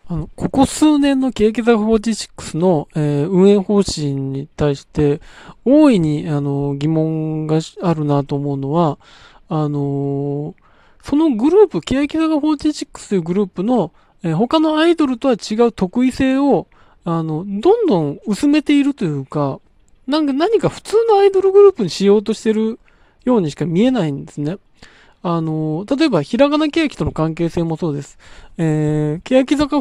ここ数年の欅坂46の、運営方針に対して、大いに、疑問があるなと思うのは、そのグループ、欅坂46というグループの、他のアイドルとは違う特異性を、どんどん薄めているというか、何か普通のアイドルグループにしようとしてるようにしか見えないんですね。例えば、ひらがなけやきとの関係性もそうです。欅坂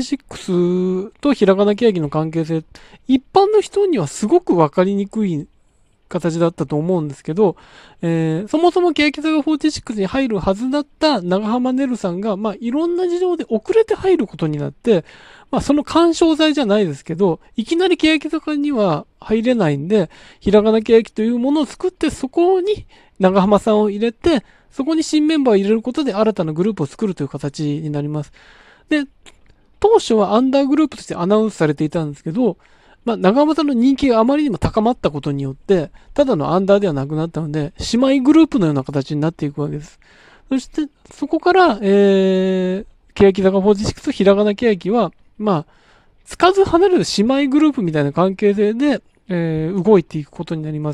46とひらがなけやきの関係性、一般の人にはすごくわかりにくい形だったと思うんですけど、そもそも欅坂46に入るはずだった長浜ねるさんが、いろんな事情で遅れて入ることになって、その干渉剤じゃないですけど、いきなり欅坂には入れないんで、ひらがなけやきというものを作って、そこに長浜さんを入れて、そこに新メンバーを入れることで新たなグループを作るという形になります。で、当初はアンダーグループとしてアナウンスされていたんですけど、長浜さんの人気があまりにも高まったことによって、ただのアンダーではなくなったので、姉妹グループのような形になっていくわけです。そして、そこから、欅坂46とひらがな欅は、つかず離れる姉妹グループみたいな関係性で、動いていくことになります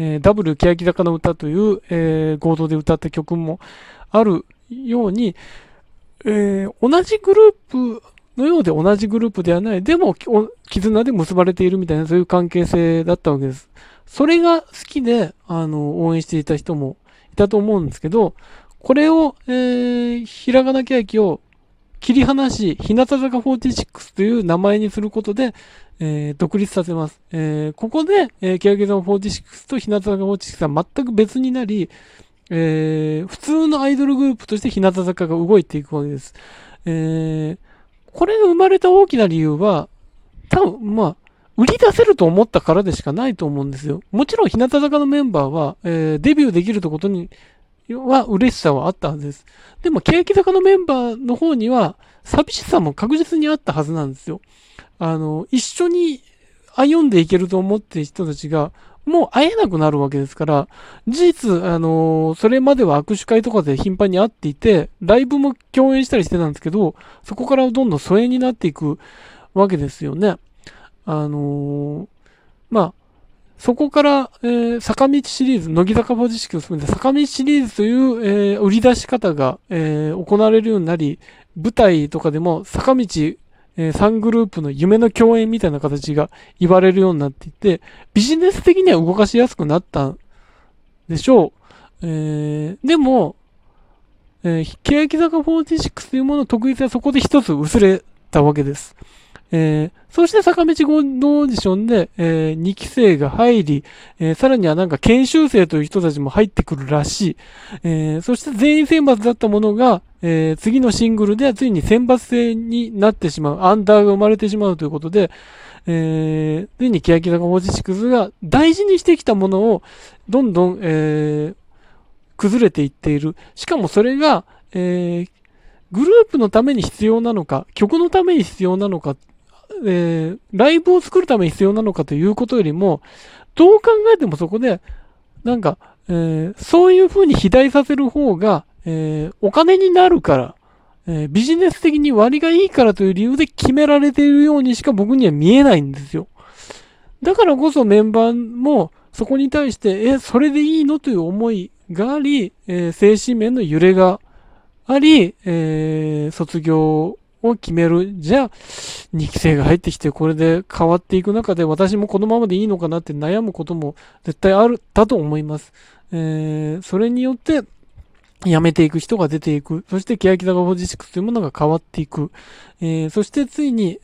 。W 欅坂の歌という、合同で歌った曲もあるように、同じグループのようで同じグループではない、でも絆で結ばれているみたいなそういう関係性だったわけです。それが好きで、応援していた人もいたと思うんですけど、これを、ひらがなけやきを切り離し、日向坂46という名前にすることで、独立させます。ここで、欅坂46と日向坂46は全く別になり、普通のアイドルグループとして日向坂が動いていくわけです。これが生まれた大きな理由は、多分、売り出せると思ったからでしかないと思うんですよ。もちろん日向坂のメンバーは、デビューできるとことには嬉しさはあったはずです。でも、欅坂のメンバーの方には、寂しさも確実にあったはずなんですよ。一緒に歩んでいけると思っている人たちが、もう会えなくなるわけですから、事実、それまでは握手会とかで頻繁に会っていて、ライブも共演したりしてたんですけど、そこからどんどん疎遠になっていくわけですよね。あのーまあ、そこから、坂道シリーズ、乃木坂46を含めて坂道シリーズという、売り出し方が、行われるようになり、舞台とかでも坂道、3グループの夢の共演みたいな形が言われるようになっていて、ビジネス的には動かしやすくなったんでしょう。でも、欅坂46というものの特異性はそこで一つ薄れたわけです。そして坂道合同オーディションで、2期生が入り、さらにはなんか研修生という人たちも入ってくるらしい。そして全員選抜だったものが、次のシングルではついに選抜制になってしまう。アンダーが生まれてしまうということで、ついに欅坂46が大事にしてきたものをどんどん、崩れていっている。しかもそれが、グループのために必要なのか、曲のために必要なのか、ライブを作るために必要なのかということよりも、どう考えてもそこで、なんか、そういう風に肥大させる方が、お金になるから、ビジネス的に割がいいからという理由で決められているようにしか僕には見えないんですよ。だからこそメンバーもそこに対して、それでいいのという思いがあり、精神面の揺れがあり、卒業を決める。じゃあ、2期生が入ってきてこれで変わっていく中で私もこのままでいいのかなって悩むことも絶対だと思います。それによって辞めていく人が出ていく。そして欅坂46というものが変わっていく。そしてついに、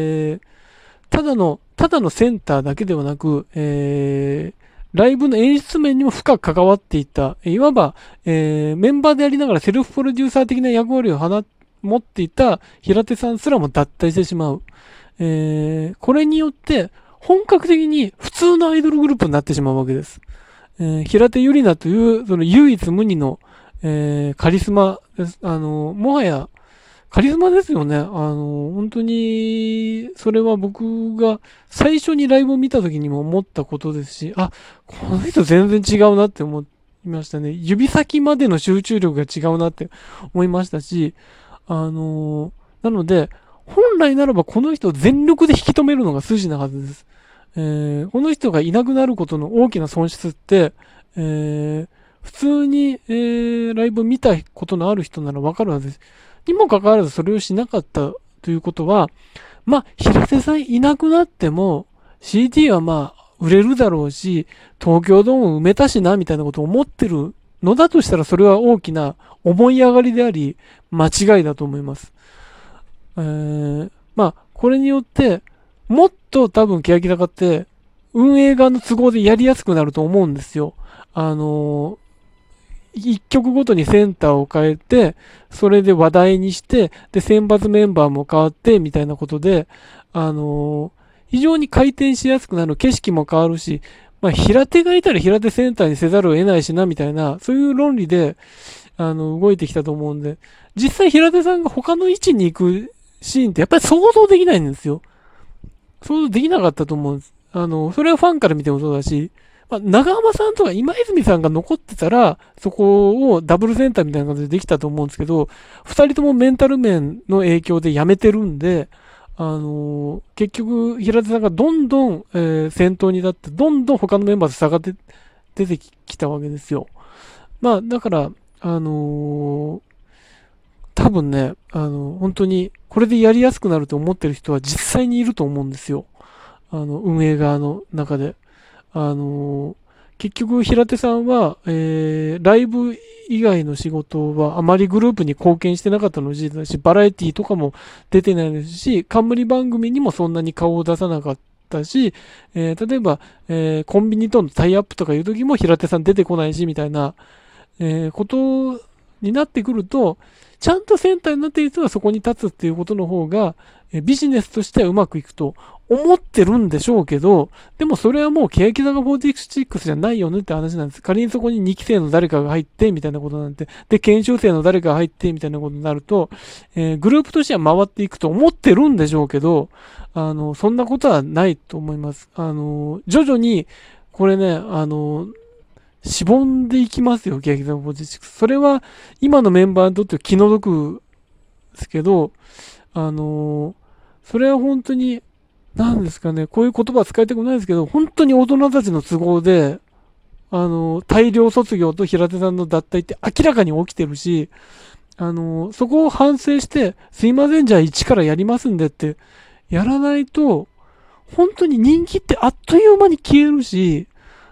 ただのセンターだけではなく、ライブの演出面にも深く関わっていった、いわば、メンバーでありながらセルフプロデューサー的な役割を持っていた平手さんすらも脱退してしまう。これによって、本格的に普通のアイドルグループになってしまうわけです。平手ゆりなという、その唯一無二の、カリスマです。もはや、カリスマですよね。本当に、それは僕が最初にライブを見た時にも思ったことですし、この人全然違うなって思いましたね。指先までの集中力が違うなって思いましたし、なので、 本来ならばこの人を全力で引き止めるのが筋なはずです。この人がいなくなることの大きな損失って、普通に、ライブ見たことのある人ならわかるはずです。にもかかわらずそれをしなかったということは、まあ、平手さんいなくなっても、CD はまあ、売れるだろうし、東京ドーム埋めたしな、みたいなことを思ってるのだとしたら、それは大きな思い上がりであり、間違いだと思います。まあ、これによって、もっと多分、欅坂って、運営側の都合でやりやすくなると思うんですよ。一曲ごとにセンターを変えて、それで話題にして、で、選抜メンバーも変わって、みたいなことで、非常に回転しやすくなる、景色も変わるし、まあ、平手がいたら平手センターにせざるを得ないしな、みたいな、そういう論理で、動いてきたと思うんで、実際平手さんが他の位置に行くシーンってやっぱり想像できないんですよ。想像できなかったと思うんです。それはファンから見てもそうだし、まあ、長浜さんとか今泉さんが残ってたら、そこをダブルセンターみたいな感じでできたと思うんですけど、二人ともメンタル面の影響で辞めてるんで、結局、平手さんがどんどん、先頭に立って、どんどん他のメンバーと差が出てきたわけですよ。まあ、だから、多分ね、本当に、これでやりやすくなると思ってる人は実際にいると思うんですよ。運営側の中で。結局、平手さんは、ライブ以外の仕事はあまりグループに貢献してなかったの事実だし、バラエティとかも出てないですし、冠番組にもそんなに顔を出さなかったし、例えば、コンビニとのタイアップとかいう時も平手さん出てこないし、みたいな、ことになってくると、ちゃんとセンターになっている人はそこに立つっていうことの方が、ビジネスとしてはうまくいくと思ってるんでしょうけど、でもそれはもう欅坂46じゃないよねって話なんです。仮にそこに2期生の誰かが入って、みたいなことなんて、で、研修生の誰かが入って、みたいなことになると、グループとしては回っていくと思ってるんでしょうけど、そんなことはないと思います。徐々に、これね、しぼんでいきますよ、欅坂46。それは、今のメンバーにとっては気の毒ですけど、それは本当に、なんですかね、こういう言葉は使いたくないですけど、本当に大人たちの都合で、大量卒業と平手さんの脱退って明らかに起きてるし、そこを反省して、すいません、じゃあ一からやりますんでって、やらないと、本当に人気ってあっという間に消えるし、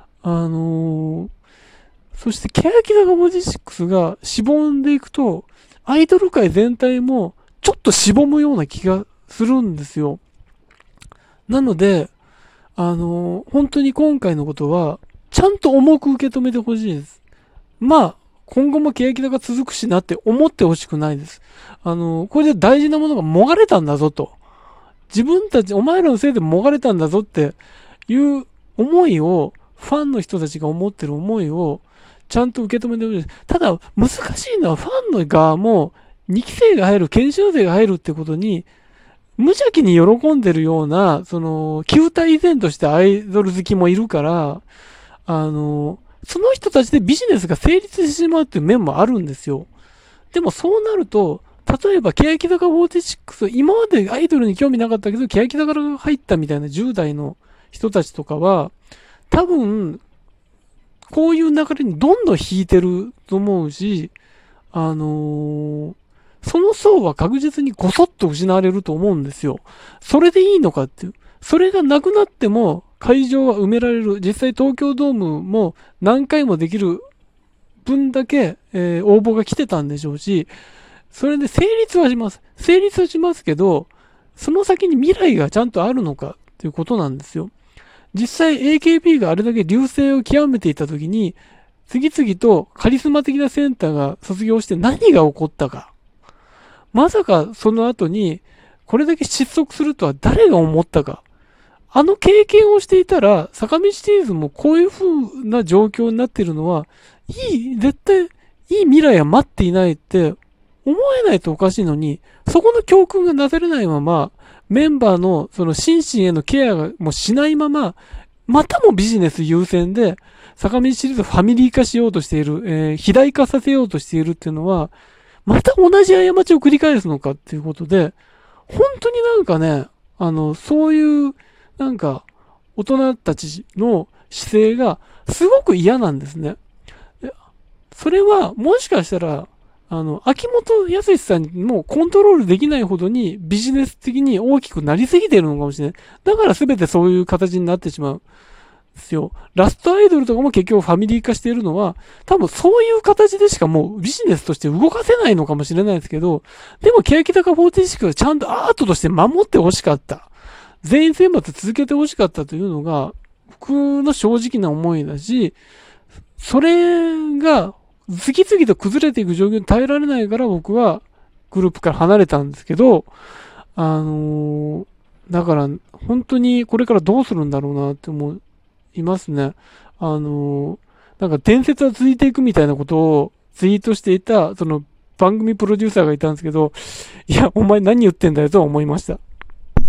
そして、欅坂46がしぼんでいくと、アイドル界全体もちょっとしぼむような気がするんですよ。なので、本当に今回のことは、ちゃんと重く受け止めてほしいです。まあ、今後も欅坂続くしなって思ってほしくないです。これで大事なものがもがれたんだぞと。自分たち、お前らのせいでもがれたんだぞっていう思いを、ファンの人たちが思ってる思いを、ちゃんと受け止めてほしいです。ただ、難しいのはファンの側も、2期生が入る、研修生が入るってことに、無邪気に喜んでるような、球体依然としてアイドル好きもいるから、その人たちでビジネスが成立してしまうっていう面もあるんですよ。でもそうなると、例えば、欅坂46、今までアイドルに興味なかったけど、欅坂が入ったみたいな10代の人たちとかは、多分、こういう流れにどんどん引いてると思うし、その層は確実にごそっと失われると思うんですよ。それでいいのかっていう。それがなくなっても会場は埋められる。実際東京ドームも何回もできる分だけ、応募が来てたんでしょうし、それで成立はします。成立はしますけど、その先に未来がちゃんとあるのかっていうことなんですよ。実際 AKB があれだけ流星を極めていたときに、次々とカリスマ的なセンターが卒業して何が起こったか。まさかその後に、これだけ失速するとは誰が思ったか。あの経験をしていたら、坂道シーズンもこういう風な状況になっているのは、絶対、いい未来は待っていないって思えないとおかしいのに、そこの教訓がなされないまま、メンバーのその心身へのケアがもうしないまま、またもビジネス優先で、坂道シリーズをファミリー化しようとしている、肥大化させようとしているっていうのは、また同じ過ちを繰り返すのかっていうことで、 本当になんかね、そういう、なんか、大人たちの姿勢がすごく嫌なんですね。それは、もしかしたら、秋元康さんにもコントロールできないほどにビジネス的に大きくなりすぎてるのかもしれない。だから全てそういう形になってしまう。ですよ。ラストアイドルとかも結局ファミリー化しているのは、多分そういう形でしかもうビジネスとして動かせないのかもしれないですけど、でも欅坂46はちゃんとアートとして守ってほしかった。全員選抜続けてほしかったというのが、僕の正直な思いだし、それが次々と崩れていく状況に耐えられないから僕はグループから離れたんですけど、だから本当にこれからどうするんだろうなって思いますね。なんか伝説は続いていくみたいなことをツイートしていた、その番組プロデューサーがいたんですけど、いや、お前何言ってんだよとは思いました。